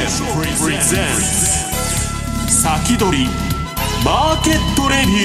先取りマーケットレビュ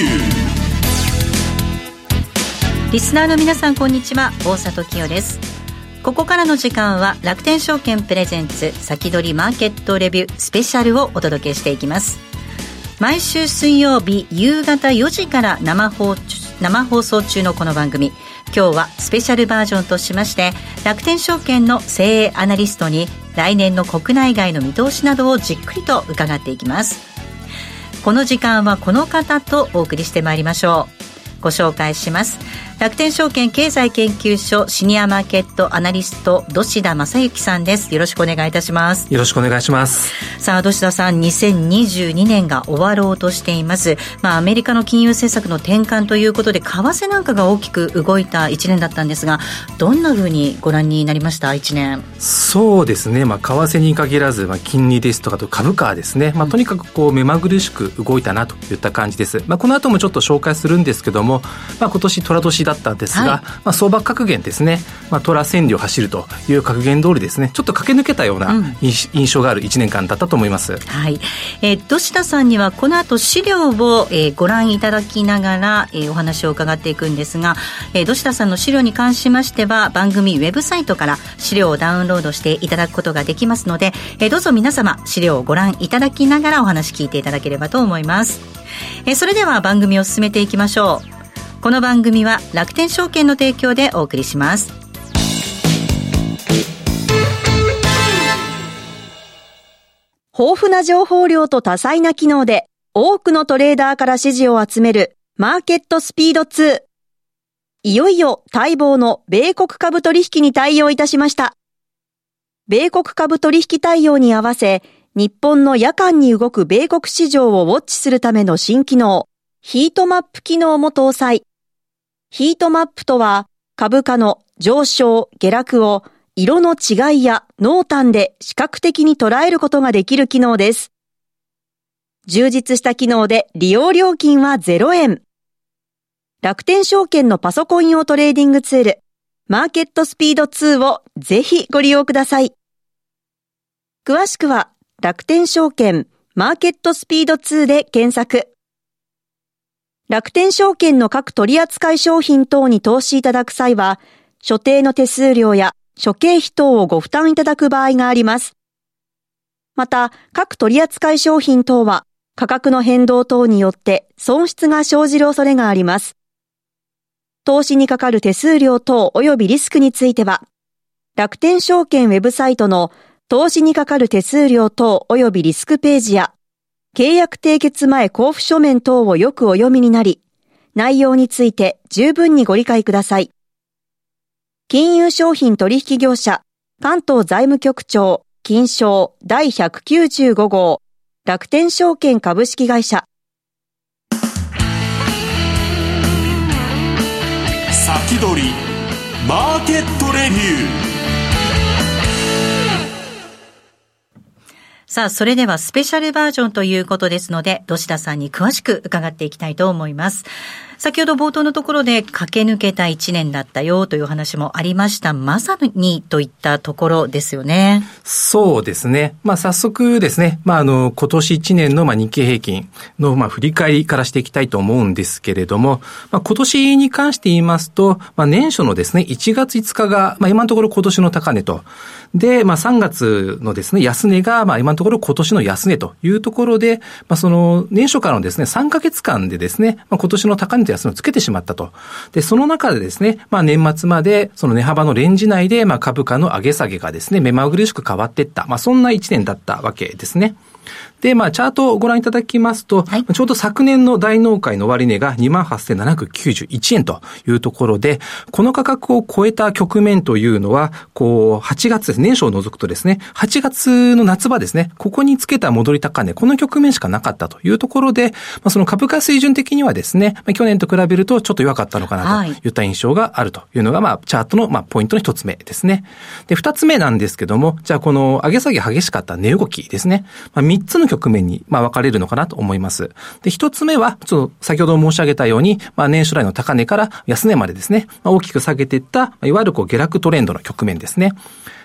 ー。 リスナーの皆さんこんにちは、大里清です。ここからの時間は楽天証券プレゼンツ先取りマーケットレビュースペシャルをお届けしていきます。毎週水曜日夕方4時から生放送中のこの番組、今日はスペシャルバージョンとしまして楽天証券の精鋭アナリストに来年の国内外の見通しなどをじっくりと伺っていきます。この時間はこの方とお送りしてまいりましょう。ご紹介します。楽天証券経済研究所シニアマーケットアナリスト土師田正幸さんです。よろしくお願いいたします。 よろしくお願いします。 さあ土師田さん、2022年が終わろうとしています。アメリカの金融政策の転換ということで為替なんかが大きく動いた1年だったんですが、どんな風にご覧になりました1年？ そうですね、為替に限らず、金利ですとかと株価ですね、とにかく目まぐるしく動いたなといった感じです。この後もちょっと紹介するんですけども、今年寅年だったんですが、相場格言ですね、寅千里を走るという格言通りですね、ちょっと駆け抜けたような印象がある1年間だったと思います。 はい。土師田さんにはこの後資料を、ご覧いただきながら、お話を伺っていくんですが、土師田さんの資料に関しましては番組ウェブサイトから資料をダウンロードしていただくことができますので、どうぞ皆様資料をご覧いただきながらお話聞いていただければと思います。それでは番組を進めていきましょう。この番組は楽天証券の提供でお送りします。 豊富な情報量と多彩な機能で多くのトレーダーから支持を集めるマーケットスピード2。いよいよ待望の米国株取引に対応いたしました。米国株取引対応に合わせ、日本の夜間に動く米国市場をウォッチするための新機能、ヒートマップ機能も搭載。ヒートマップとは、株価の上昇・下落を色の違いや濃淡で視覚的に捉えることができる機能です。充実した機能で利用料金は0円。楽天証券のパソコン用トレーディングツール、マーケットスピード2をぜひご利用ください。詳しくは、楽天証券マーケットスピード2で検索。楽天証券の各取扱い商品等に投資いただく際は、所定の手数料や諸経費等をご負担いただく場合があります。また、各取扱い商品等は価格の変動等によって損失が生じる恐れがあります。投資にかかる手数料等及びリスクについては、楽天証券ウェブサイトの投資にかかる手数料等及びリスクページや、契約締結前交付書面等をよくお読みになり、内容について十分にご理解ください。金融商品取引業者関東財務局長金商第195号楽天証券株式会社。 先取りマーケットレビュー。 さあ、それではスペシャルバージョンということですので、土師田さんに詳しく伺っていきたいと思います。先ほど冒頭のところで駆け抜けた1年だったよという話もありました。まさにといったところですよね。 そうですね。早速ですね、今年1年の日経平均の振り返りからしていきたいと思うんですけれども、今年に関して言いますと、年初のですね、1月5日が、今のところ今年の高値と、で、3月のですね、安値が、今のところ今年の安値というところで、その年初からのですね、3ヶ月間でですね、今年の高値と安値をつけてしまったと。で、その中でですね、年末までその値幅のレンジ内で、株価の上げ下げがですね、目まぐるしく変わっていった。そんな1年だったわけですね。で、チャートをご覧いただきますと、はい、ちょうど昨年の大納会の終値が 28,791 円というところで、この価格を超えた局面というのは、8月です。年初を除くとですね、8月の夏場ですね、ここにつけた戻り高値、この局面しかなかったというところで、その株価水準的にはですね、去年と比べるとちょっと弱かったのかなといった印象があるというのが、チャートのポイントの一つ目ですね。で、二つ目なんですけども、じゃあこの上げ下げ激しかった値動きですね。三つの局面に分かれるのかなと思います。で、一つ目は、先ほど申し上げたように、年初来の高値から安値までですね、大きく下げていった、いわゆる下落トレンドの局面ですね。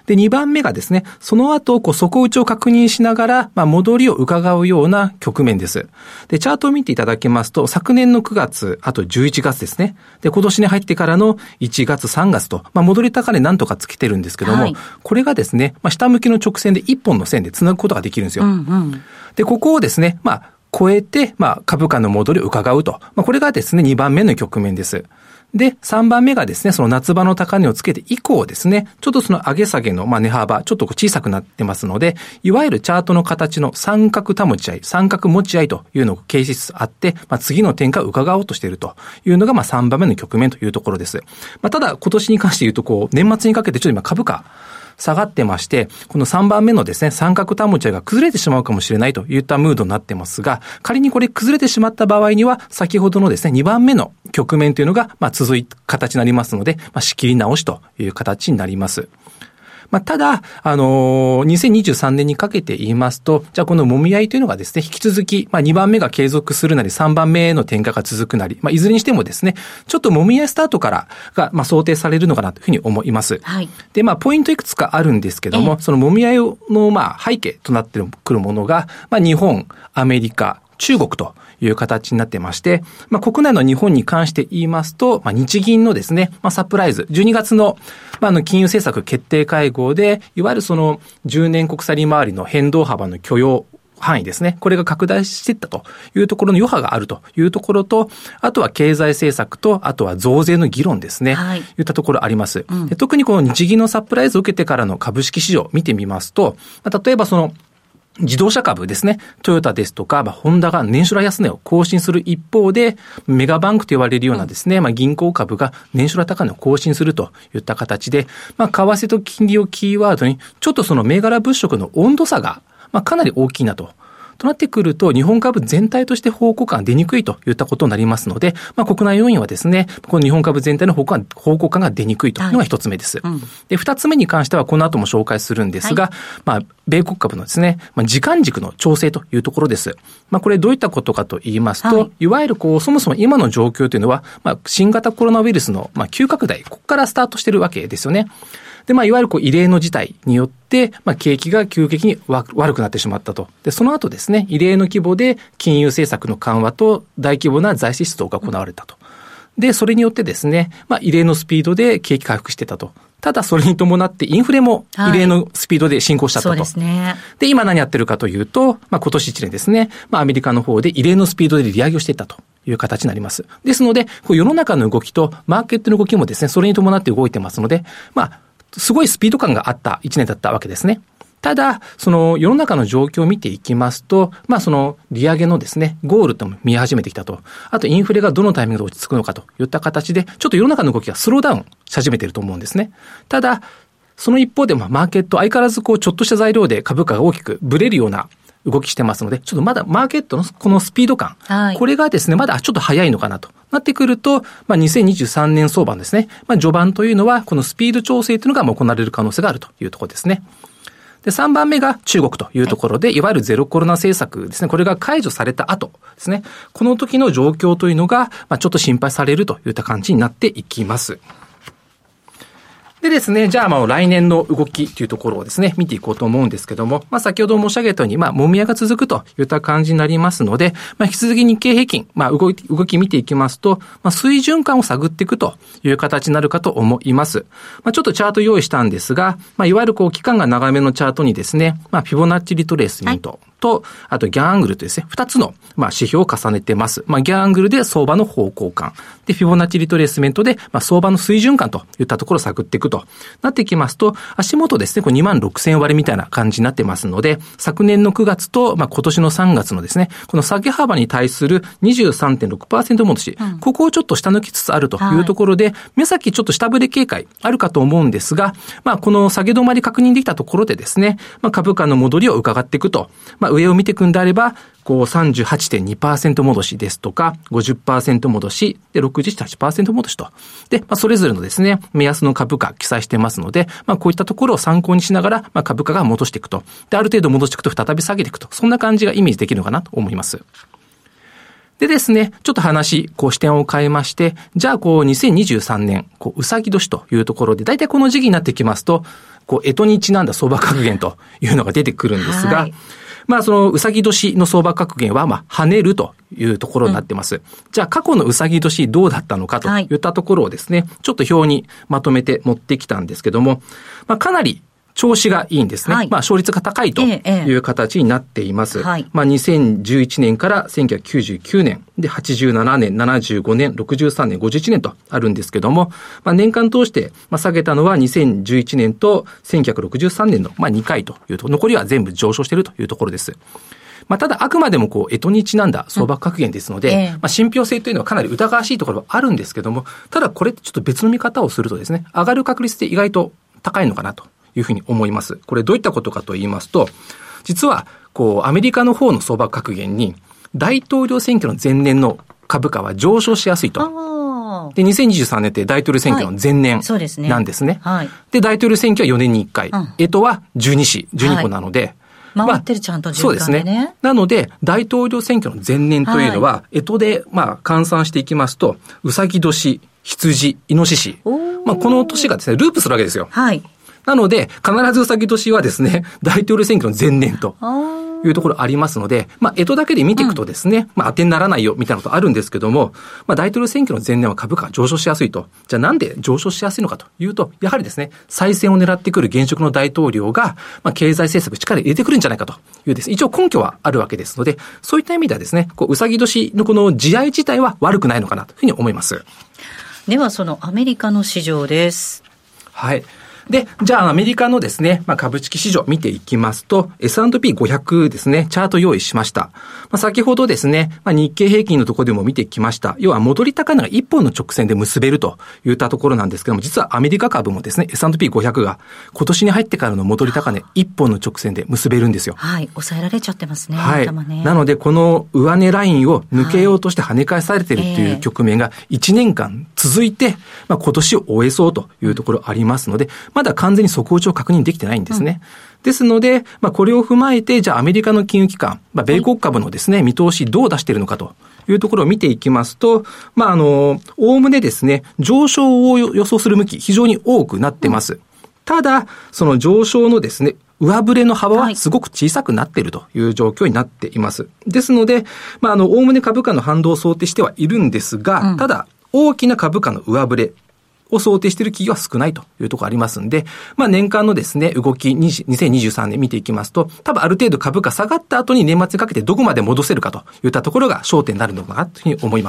で、2番目がですね、その後、底打ちを確認しながら、戻りを伺うような局面です。で、チャートを見ていただきますと、昨年の9月、あと11月ですね。で、今年に入ってからの1月、3月と、戻り高値なんとかつけてるんですけども、これがですね、下向きの直線で1本の線で繋ぐことができるんですよ。で、ここをですね、超えて、株価の戻りを伺うと。これがですね、2番目の局面です。で、3番目がですね、その夏場の高値をつけて以降ですね、ちょっとその上げ下げの値幅、ちょっと小さくなってますので、いわゆるチャートの形の三角保ち合い、三角持ち合いというのが形成あって、次の展開を伺おうとしているというのが、3番目の局面というところです。ただ、今年に関して言うと、年末にかけてちょっと今株価、下がってまして、この3番目のですね、三角保ち合いが崩れてしまうかもしれないといったムードになってますが、仮にこれ崩れてしまった場合には、先ほどのですね、2番目の局面というのが、続いた形になりますので、仕切り直しという形になります。ただ、2023年にかけて言いますと、じゃあこの揉み合いというのがですね、引き続き、2番目が継続するなり、3番目の展開が続くなり、いずれにしてもですね、ちょっと揉み合いスタートからが、想定されるのかなというふうに思います。はい。で、ポイントいくつかあるんですけども、その揉み合いの、背景となってくるものが、日本、アメリカ、中国という形になってまして、国内の日本に関して言いますと、日銀のですね、サプライズ、12月の、金融政策決定会合で、いわゆるその10年国債利回りの変動幅の許容範囲ですね。これが拡大していったというところの余波があるというところと、あとは経済政策と、あとは増税の議論ですね。はい。いったところあります。で、特にこの日銀のサプライズを受けてからの株式市場を見てみますと、例えばその、自動車株ですね。トヨタですとか、ホンダが年初来安値を更新する一方で、メガバンクと言われるようなですね、銀行株が年初来高値を更新するといった形で、為替と金利をキーワードに、ちょっとその銘柄物色の温度差が、かなり大きいなと。となってくると、日本株全体として方向感が出にくいといったことになりますので、国内要因はですね、この日本株全体の方向感が出にくいというのが一つ目です。で、二つ目に関してはこの後も紹介するんですが、米国株のですね、時間軸の調整というところです。これどういったことかと言いますと、いわゆるそもそも今の状況というのは、新型コロナウイルスの急拡大、ここからスタートしているわけですよね。で、いわゆる異例の事態によって、景気が急激に悪くなってしまったと。で、その後ですね、異例の規模で金融政策の緩和と大規模な財政出動が行われたと。で、それによってですね、異例のスピードで景気回復してたと。ただ、それに伴ってインフレも異例のスピードで進行したと。 そうですね。 で、今何やってるかというと、今年1年ですね、アメリカの方で異例のスピードで利上げをしていったという形になります。ですので、世の中の動きとマーケットの動きもですね、それに伴って動いてますので、すごいスピード感があった1年だったわけですね。ただ、その世の中の状況を見ていきますと、その利上げのですね、ゴールとも見始めてきたと。あとインフレがどのタイミングで落ち着くのかといった形で、ちょっと世の中の動きがスローダウンし始めていると思うんですね。ただ、その一方でマーケット相変わらずちょっとした材料で株価が大きくブレるような動きしてますので、ちょっとまだマーケットのこのスピード感、これがですね、まだちょっと早いのかなとなってくると、2023年相場ですね、序盤というのはこのスピード調整というのが行われる可能性があるというところですね。で、3番目が中国というところで、いわゆるゼロコロナ政策ですね、これが解除された後ですね、この時の状況というのが、ちょっと心配されるといった感じになっていきます。でですね、じゃあ来年の動きというところをですね、見ていこうと思うんですけども、先ほど申し上げたように、揉み合いが続くといった感じになりますので、引き続き日経平均、動き見ていきますと、水準感を探っていくという形になるかと思います。ちょっとチャート用意したんですが、いわゆる期間が長めのチャートにですね、フィボナッチリトレースメントと、あとギャンアングルとですね、2つの指標を重ねてます。ギャンアングルで相場の方向感。で、フィボナッチリトレースメントで、相場の水準感といったところを探っていくとなってきますと、足元ですね、これ26,000割みたいな感じになってますので、昨年の9月と、今年の3月のですね、この下げ幅に対する 23.6% 戻し、ここをちょっと下抜きつつあるというところで、目先ちょっと下振れ警戒あるかと思うんですが、この下げ止まり確認できたところでですね、株価の戻りを伺っていくと、上を見ていくんであれば、38.2% 戻しですとか、50% 戻し、で、68% 戻しと。で、それぞれのですね、目安の株価記載してますので、こういったところを参考にしながら、株価が戻していくと。で、ある程度戻していくと再び下げていくと。そんな感じがイメージできるのかなと思います。 でですね、ちょっと視点を変えまして、じゃあ2023年、うさぎ年というところで、だいたいこの時期になってきますと、干支にちなんだ相場格言というのが出てくるんですが、はい、そのうさぎ年の相場格言は、跳ねるというところになってます。じゃあ過去のうさぎ年どうだったのかといったところをですね、ちょっと表にまとめて持ってきたんですけども、かなり調子がいいんですね。はい、勝率が高いという形になっています。2011年から1999年で87年、75年、63年、51年とあるんですけども、年間通して下げたのは2011年と1963年の2回というと、残りは全部上昇しているというところです。ただあくまでも干支にちなんだ相場格言ですので、信憑性というのはかなり疑わしいところはあるんですけども、ただこれちょっと別の見方をするとですね、上がる確率って意外と高いのかなというふうに思います。これどういったことかと言いますと、実はアメリカの方の相場格言に大統領選挙の前年の株価は上昇しやすいと。で、2023年って大統領選挙の前年なんですね。で、大統領選挙は4年に1回。干支は12個なので、 回ってるちゃんと順番でね。そうですね。 なので、大統領選挙の前年というのは、干支で換算していきますと、うさぎ年、羊、イノシシ。この年がですね、ループするわけですよ。なので、必ずうさぎ年はですね、大統領選挙の前年というところありますので、干支だけで見ていくとですね、当てにならないよみたいなことあるんですけども、大統領選挙の前年は株価が上昇しやすいと。じゃあなんで上昇しやすいのかというと、やはりですね、再選を狙ってくる現職の大統領が、経済政策力入れてくるんじゃないかというですね、一応根拠はあるわけですので、そういった意味ではですね、うさぎ年のこの地合い自体は悪くないのかなというふうに思います。 ではそのアメリカの市場です。 はい。で、じゃあアメリカのですね、株式市場見ていきますと、S&P500 ですね、チャート用意しました。先ほどですね、日経平均のところでも見てきました。要は戻り高値が一本の直線で結べるといったところなんですけども、実はアメリカ株もですね、S&P500 が今年に入ってからの戻り高値一本の直線で結べるんですよ。 はい、抑えられちゃってますね。 はい。なので、この上値ラインを抜けようとして跳ね返されているという局面が1年間続いて、今年を終えそうというところありますので、まだ完全に底打ちを確認できてないんですね。ですので、これを踏まえて、じゃあアメリカの金融機関、米国株のですね、見通しどう出しているのかというところを見ていきますと、おおむねですね、上昇を予想する向き、非常に多くなってます。ただ、その上昇のですね、上振れの幅はすごく小さくなっているという状況になっています。ですので、おおむね株価の反動を想定してはいるんですが、ただ、大きな株価の上振れを想定している企業は少ないというところありますんで、年間のですね、動き2023年見ていきますと、多分ある程度株価下がった後に年末にかけてどこまで戻せるかといったところが焦点になるのかなというふうに思います。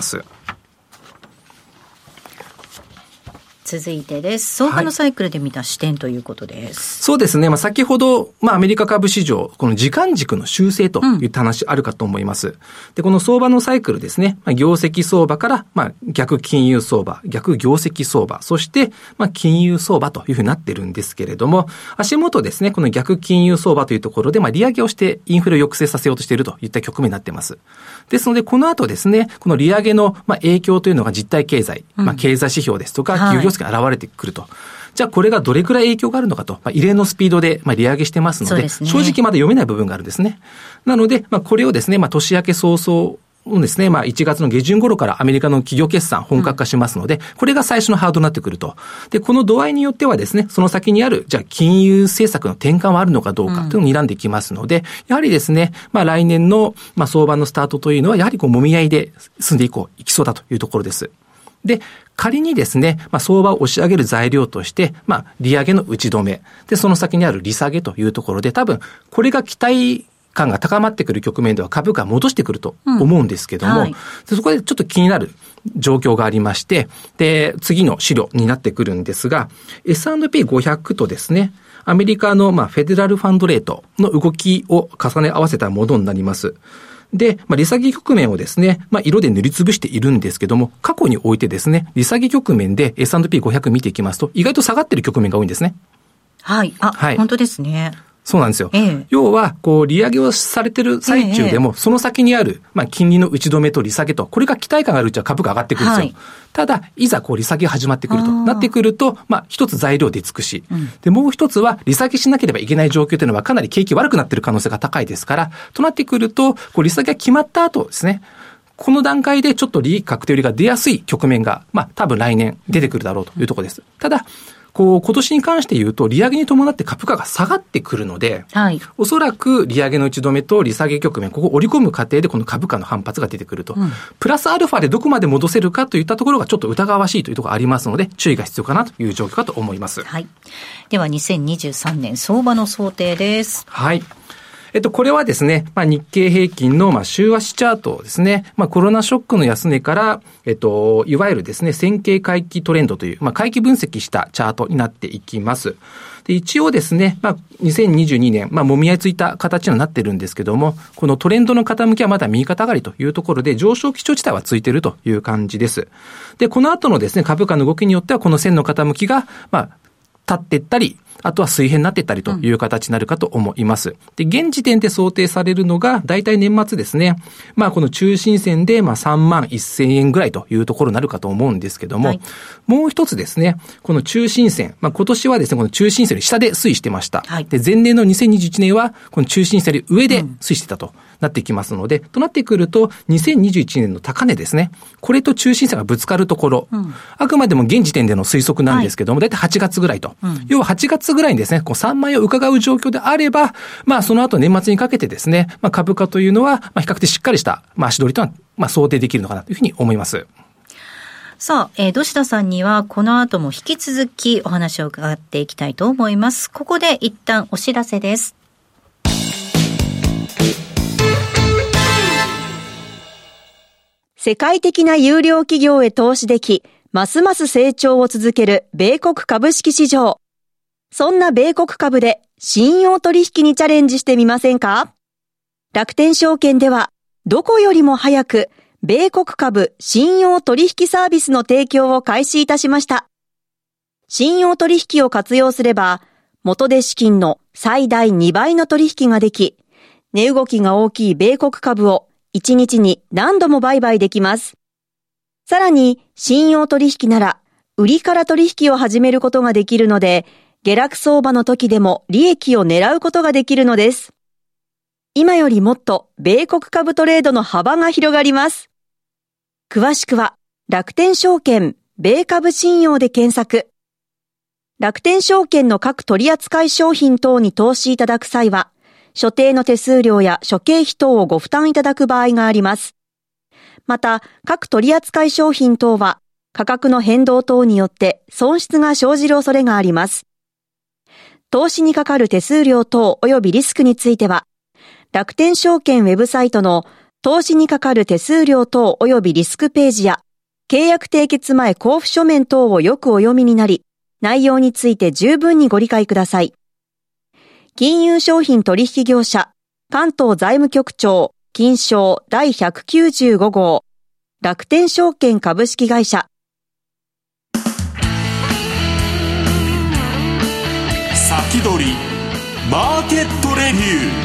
続いてです。相場のサイクルで見た視点ということです。 そうですね。先ほど、アメリカ株市場、この時間軸の修正といった話あるかと思います。で、この相場のサイクルですね。業績相場から、逆金融相場、逆業績相場、そして、金融相場というふうになってるんですけれども、足元ですね、この逆金融相場というところで、利上げをしてインフレを抑制させようとしているといった局面になっています。ですので、この後ですね、この利上げの影響というのが実体経済、経済指標ですとか、企業業績が現れてくると。じゃあこれがどれくらい影響があるのかと、異例のスピードで利上げしてますので、正直まだ読めない部分があるんですね。なので、これをですね、年明け早々のですね、1月の下旬頃からアメリカの企業決算本格化しますので、これが最初のハードになってくると。で、この度合いによってはですね、その先にある、じゃあ金融政策の転換はあるのかどうかというのを睨んできますので、やはりですね、来年の相場のスタートというのは、やはりもみ合いで進んでいきそうだというところです。で、仮にですね、相場を押し上げる材料として、利上げの打ち止め。で、その先にある利下げというところで、多分、これが期待感が高まってくる局面では株価戻してくると思うんですけども、そこでちょっと気になる状況がありまして、で、次の資料になってくるんですが、S&P500 とですね、アメリカのフェデラルファンドレートの動きを重ね合わせたものになります。で、利下げ局面をですね、色で塗りつぶしているんですけども、過去においてですね、利下げ局面で S&P500 見ていきますと、意外と下がっている局面が多いんですね。 はい。本当ですね。 そうなんですよ。要は、利上げをされてる最中でも、その先にある、金利の打ち止めと利下げと、これが期待感があるうちは株価上がってくるんですよ。ただ、いざ利下げが始まってくると、なってくると、一つ材料で尽くし、で、もう一つは、利下げしなければいけない状況というのは、かなり景気悪くなっている可能性が高いですから、となってくると、利下げが決まった後ですね、 この段階でちょっと利益確定売りが出やすい局面が、多分来年出てくるだろうというところです。ただ、今年に関して言うと、利上げに伴って株価が下がってくるので、おそらく利上げの打ち止めと利下げ局面、ここを織り込む過程でこの株価の反発が出てくると。プラスアルファでどこまで戻せるかといったところがちょっと疑わしいというところがありますので、注意が必要かなという状況かと思います。 では、2023年相場の想定です。 これはですね、日経平均の週足チャートですね、コロナショックの安値から、いわゆるですね、線形回帰トレンドという、回帰分析したチャートになっていきます。で、一応ですね、2022年、もみ合いついた形になってるんですけども、このトレンドの傾きはまだ右肩上がりというところで、上昇基調地帯はついているという感じです。で、この後のですね、株価の動きによっては、この線の傾きが、立っていったり、あとは水平になっていったりという形になるかと思います。で、現時点で想定されるのが、だいたい年末ですね。この中心線で、3万1000円ぐらいというところになるかと思うんですけども、もう一つですね、この中心線、今年はですね、この中心線より下で推移してました。で、前年の2021年は、この中心線より上で推移してたとなってきますので、となってくると、2021年の高値ですね。これと中心線がぶつかるところ、あくまでも現時点での推測なんですけども、だいたい8月ぐらいと。要は8月ぐらいにですね、3万円を伺う状況であれば、その後年末にかけてですね、株価というのは、比較的しっかりした、足取りというのは、想定できるのかなというふうに思います。 さあ、土田さんにはこの後も引き続きお話を伺っていきたいと思います。ここで一旦お知らせです。 世界的な優良企業へ投資でき、ますます成長を続ける米国株式市場。そんな米国株で信用取引にチャレンジしてみませんか？楽天証券ではどこよりも早く米国株信用取引サービスの提供を開始いたしました。信用取引を活用すれば元手資金の最大2倍の取引ができ、値動きが大きい米国株を1日に何度も売買できます。さらに信用取引なら売りから取引を始めることができるので、下落相場の時でも利益を狙うことができるのです。今よりもっと米国株トレードの幅が広がります。詳しくは楽天証券米株信用で検索。楽天証券の各取扱商品等に投資いただく際は、所定の手数料や諸経費等をご負担いただく場合があります。また、各取扱商品等は価格の変動等によって損失が生じる恐れがあります。投資にかかる手数料等及びリスクについては、楽天証券ウェブサイトの投資にかかる手数料等及びリスクページや、契約締結前交付書面等をよくお読みになり、内容について十分にご理解ください。金融商品取引業者、関東財務局長、金商第195号、楽天証券株式会社。 先取りマーケットレビュ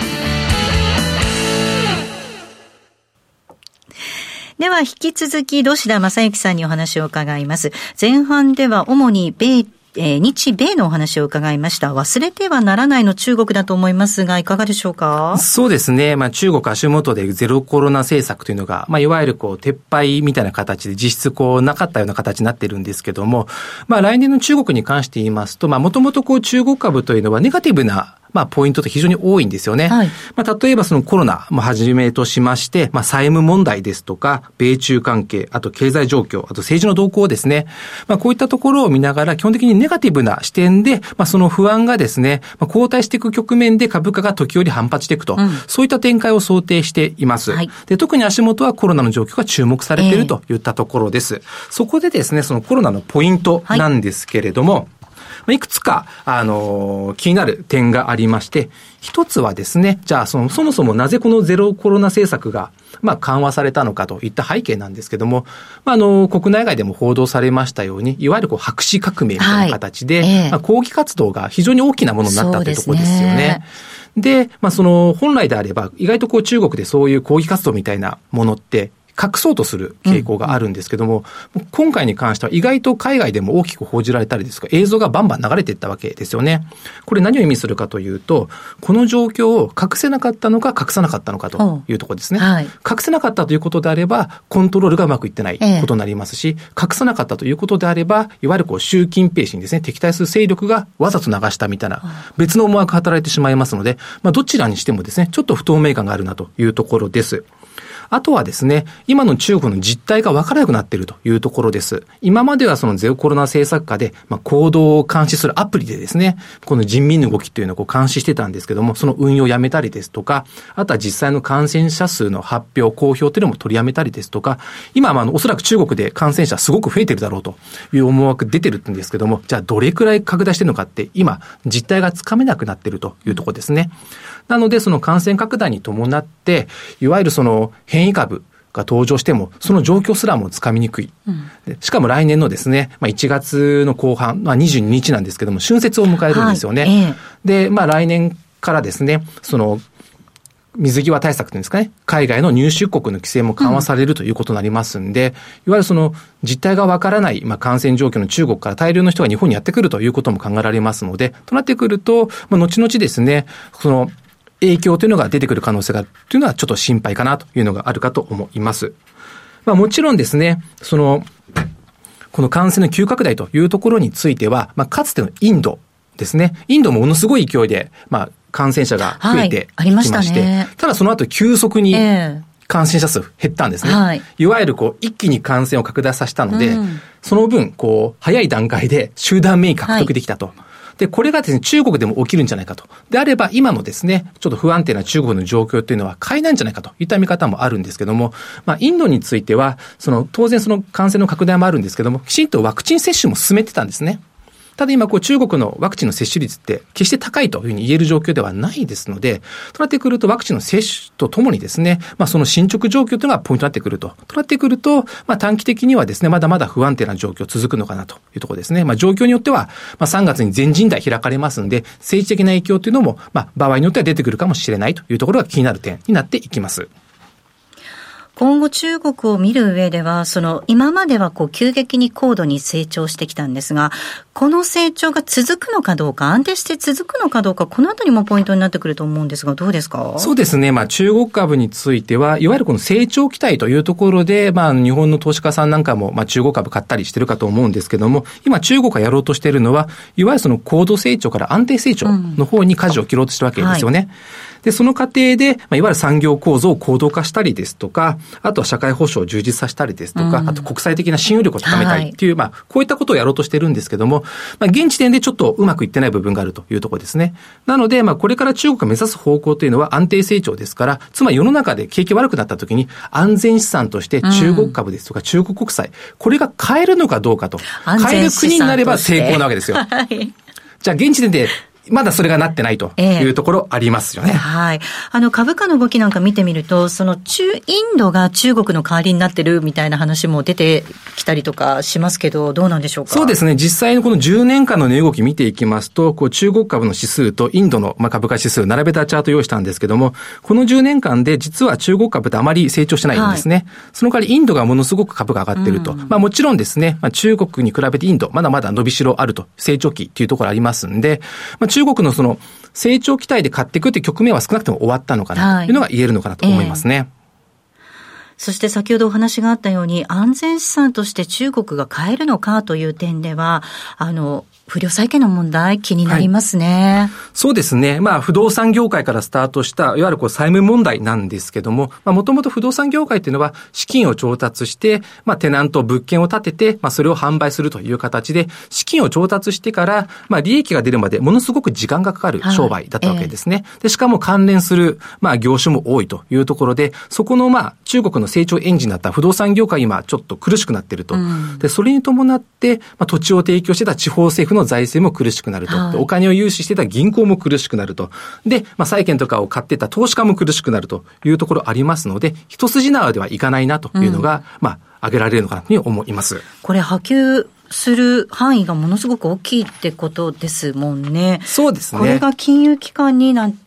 ー。では引き続き土田正幸さんにお話を伺います。前半では主に日米のお話を伺いました。忘れてはならないの中国だと思いますが、いかがでしょうか？ そうですね。中国足元でゼロコロナ政策というのが、いわゆる撤廃みたいな形で実質なかったような形になっているんですけども、来年の中国に関して言いますと、もともと中国株というのはネガティブなポイントって非常に多いんですよね。例えばそのコロナもはじめとしまして、債務問題ですとか、米中関係、あと経済状況、あと政治の動向ですね。こういったところを見ながら、基本的にネガティブな視点で、その不安がですね、後退していく局面で株価が時折反発していくと、そういった展開を想定しています。で、特に足元はコロナの状況が注目されているといったところです。そこでですね、そのコロナのポイントなんですけれども、いくつか、気になる点がありまして、一つはですね、じゃあそもそもなぜこのゼロコロナ政策が、緩和されたのかといった背景なんですけども、国内外でも報道されましたように、いわゆる白紙革命みたいな形で、抗議活動が非常に大きなものになったというところですよね。で、本来であれば、意外と中国でそういう抗議活動みたいなものって、 隠そうとする傾向があるんですけども、今回に関しては意外と海外でも大きく報じられたりですとか、映像がバンバン流れていったわけですよね。これ何を意味するかというと、この状況を隠せなかったのか隠さなかったのかというところですね。はい、隠せなかったということであれば、コントロールがうまくいってないことになりますし、隠さなかったということであれば、いわゆる習近平氏にですね、敵対する勢力がわざと流したみたいな別の思惑が働いてしまいますので、どちらにしてもですね、ちょっと不透明感があるなというところです。あとはですね、今の中国の実態が分からなくなっているというところです。今まではそのゼロコロナ政策下で、行動を監視するアプリでですね、この人民の動きというのを監視してたんですけども、その運用をやめたりですとか、あとは実際の感染者数の発表、公表というのも取りやめたりですとか、今おそらく中国で感染者すごく増えてるだろうという思惑出てるんですけども、じゃあどれくらい拡大してるのかって今実態がつかめなくなっているというところですね。なのでその感染拡大に伴って、いわゆるその変異株が登場しても、その状況すらもつかみにくい。しかも来年のですね、1月の後半、22日なんですけども、春節を迎えるんですよね。で、来年からですね、その、水際対策というんですかね、海外の入出国の規制も緩和されるということになりますんで、いわゆるその実態がわからない、感染状況の中国から大量の人が日本にやってくるということも考えられますので、となってくると、後々ですね、その、影響というのが出てくる可能性があるというのはちょっと心配かなというのがあるかと思います。もちろんですね、この感染の急拡大というところについては、かつてのインドですね。インドもものすごい勢いで、感染者が増えてきまして、ただその後急速に感染者数減ったんですね。いわゆる一気に感染を拡大させたので、その分、早い段階で集団免疫獲得できたと。で、これがですね、中国でも起きるんじゃないかと。であれば、今のですね、ちょっと不安定な中国の状況というのは変えないんじゃないかといった見方もあるんですけども、インドについては、当然その感染の拡大もあるんですけども、きちんとワクチン接種も進めてたんですね。ただ今中国のワクチンの接種率って決して高いというふうに言える状況ではないですので、となってくるとワクチンの接種とともにですね、その進捗状況というのがポイントになってくると。となってくると、短期的にはですね、まだまだ不安定な状況続くのかなというところですね。状況によっては、3月に全人代開かれますんで、政治的な影響というのも、場合によっては出てくるかもしれないというところが気になる点になっていきます。 今後中国を見る上では、今までは急激に高度に成長してきたんですが、この成長が続くのかどうか、安定して続くのかどうか、このあたりもポイントになってくると思うんですが、どうですか？ そうですね。中国株については、いわゆるこの成長期待というところで、日本の投資家さんなんかも、中国株買ったりしてるかと思うんですけども、今中国がやろうとしているのは、いわゆるその高度成長から安定成長の方に舵を切ろうとしてるわけですよね。で、その過程で、いわゆる産業構造を高度化したりですとか、あとは社会保障を充実させたりですとか、あと国際的な信用力を高めたいっていう、こういったことをやろうとしてるんですけども、現時点でちょっとうまくいってない部分があるというところですね。なので、これから中国が目指す方向というのは安定成長ですから、つまり世の中で景気悪くなった時に安全資産として中国株ですとか中国国債、これが買えるのかどうかと。買える国になれば成功なわけですよ。じゃあ現時点でまだそれがなってないというところありますよね。 はい。株価の動きなんか見てみると、インドが中国の代わりになってるみたいな話も出てきたりとかしますけど、どうなんでしょうか？ そうですね。実際のこの10年間の値動き見ていきますと、中国株の指数とインドの株価指数並べたチャートを用意したんですけども、この10年間で実は中国株ってあまり成長してないんですね。その代わりインドがものすごく株が上がってると。もちろんですね、中国に比べてインド、まだまだ伸びしろあると、成長期っていうところありますんで、中国のその成長期待で買っていくという局面は少なくとも終わったのかなというのが言えるのかなと思いますね。 そして先ほどお話があったように、安全資産として中国が買えるのかという点では、不良債権の問題気になりますね。 そうですね。不動産業界からスタートした、いわゆる債務問題なんですけども、もともと不動産業界っていうのは資金を調達して、テナント、物件を建てて、それを販売するという形で、資金を調達してから、利益が出るまでものすごく時間がかかる商売だったわけですね。で、しかも関連する、業種も多いというところで、そこの中国の成長エンジンだった不動産業界今ちょっと苦しくなっていると。で、それに伴って、土地を提供してた地方政府の財政も苦しくなると。お金を融資してた銀行も苦しくなると。で、債券とかを買ってた投資家も苦しくなるというところありますので、一筋縄ではいかないなというのが、挙げられるのかなというふうに思います。 これ波及する範囲がものすごく大きいってことですもんね。 そうですね。 これが金融機関になって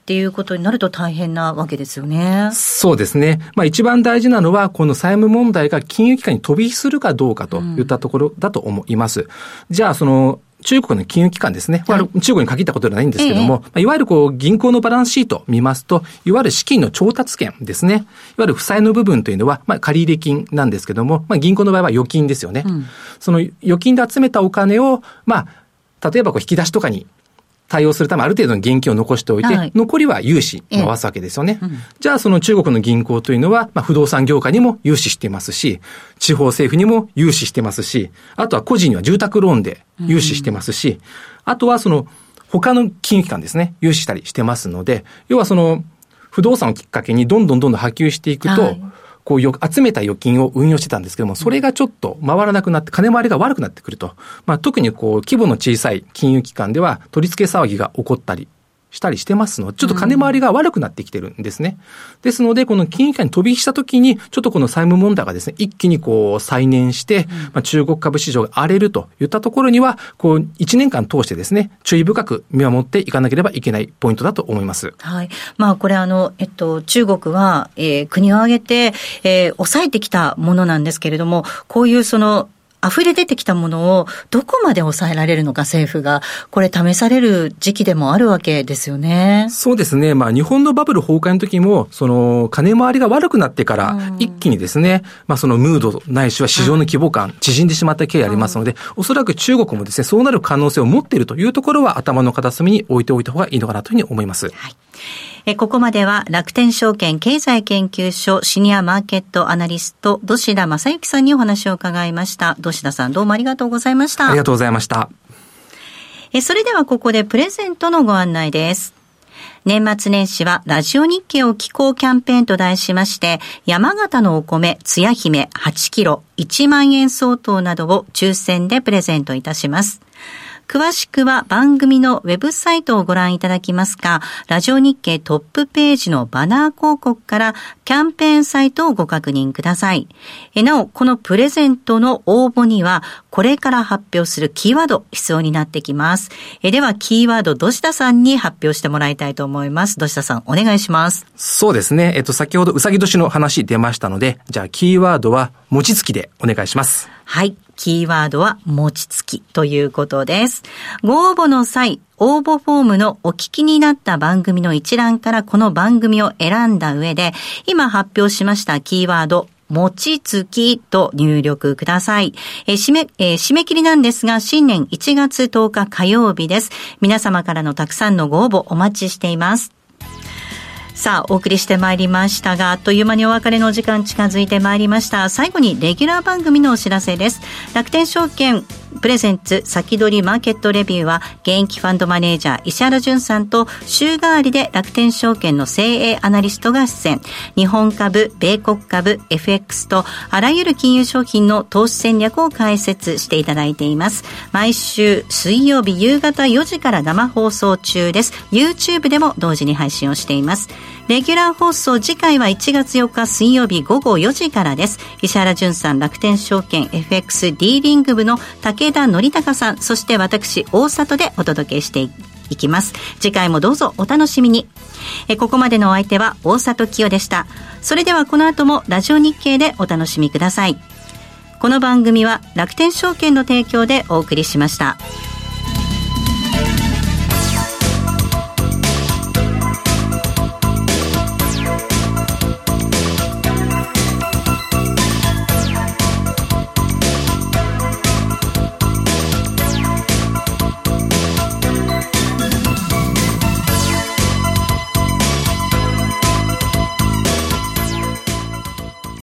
っていうことになると大変なわけですよね。 そうですね。一番大事なのは、この債務問題が金融機関に飛び火するかどうかといったところだと思います。じゃあ、中国の金融機関ですね。中国に限ったことではないんですけども、いわゆる銀行のバランスシートを見ますと、いわゆる資金の調達権ですね。いわゆる負債の部分というのは、借入金なんですけども、銀行の場合は預金ですよね。その預金で集めたお金を、例えば引き出しとかに対応するためある程度の現金を残しておいて、残りは融資回すわけですよね。じゃあその中国の銀行というのは、不動産業界にも融資してますし、地方政府にも融資してますし、あとは個人には住宅ローンで融資してますし、あとは他の金融機関ですね、融資したりしてますので、要は不動産をきっかけにどんどん波及していくと、集めた預金を運用してたんですけども、それがちょっと回らなくなって、金回りが悪くなってくると。特に規模の小さい金融機関では、取り付け騒ぎが起こったりしたりしてますので、ちょっと金回りが悪くなってきてるんですね。ですので、この金融機関に飛び火したときに、ちょっとこの債務問題がですね、一気に再燃して、中国株市場が荒れるといったところには、1年間通してですね、注意深く見守っていかなければいけないポイントだと思います。 はい。これ中国は、国を挙げて、抑えてきたものなんですけれども、こういう溢れ出てきたものをどこまで抑えられるのか、政府がこれ試される時期でもあるわけですよね。 そうですね。日本のバブル崩壊の時も金回りが悪くなってから一気にですね、ムードないしは市場の規模感縮んでしまった経緯ありますので、おそらく中国もですね、そうなる可能性を持っているというところは頭の片隅に置いておいた方がいいのかなというふうに思います。 はい。ここまでは楽天証券経済研究所シニアマーケットアナリスト土田正幸さんにお話を伺いました。土田さん、どうもありがとうございました。 ありがとうございました。 それではここでプレゼントのご案内です。年末年始はラジオ日経を聞こうキャンペーンと題しまして、山形のお米つや姫8キロ1万円相当などを抽選でプレゼントいたします。詳しくは番組のウェブサイトをご覧いただきますか、ラジオ日経トップページのバナー広告からキャンペーンサイトをご確認ください。なお、このプレゼントの応募には、これから発表するキーワード必要になってきます。では、キーワード、土田さんに発表してもらいたいと思います。土田さん、お願いします。 そうですね。先ほどうさぎ年の話出ましたので、じゃあキーワードは餅つきでお願いします。 はい。キーワードは餅つきということです。ご応募の際、応募フォームのお聞きになった番組の一覧からこの番組を選んだ上で、今発表しましたキーワード、餅つきと入力ください。締め切りなんですが、新年1月10日火曜日です。皆様からのたくさんのご応募お待ちしています。さあ、お送りしてまいりましたが、あっという間にお別れの時間近づいてまいりました。最後にレギュラー番組のお知らせです。楽天証券プレゼンツ先取りマーケットレビューは、現役ファンドマネージャー石原淳さんと週替わりで楽天証券の精鋭アナリストが出演。日本株、米国株、FX とあらゆる金融商品の投資戦略を解説していただいています。毎週水曜日夕方4時から生放送中です。YouTube でも同時に配信をしています。レギュラー放送次回は1月4日水曜日午後4時からです。石原淳さん、楽天証券 FX ディーリング部の武田則孝さん、そして私大里でお届けしていきます。次回もどうぞお楽しみに。ここまでのお相手は大里清でした。それではこの後もラジオ日経でお楽しみください。この番組は楽天証券の提供でお送りしました。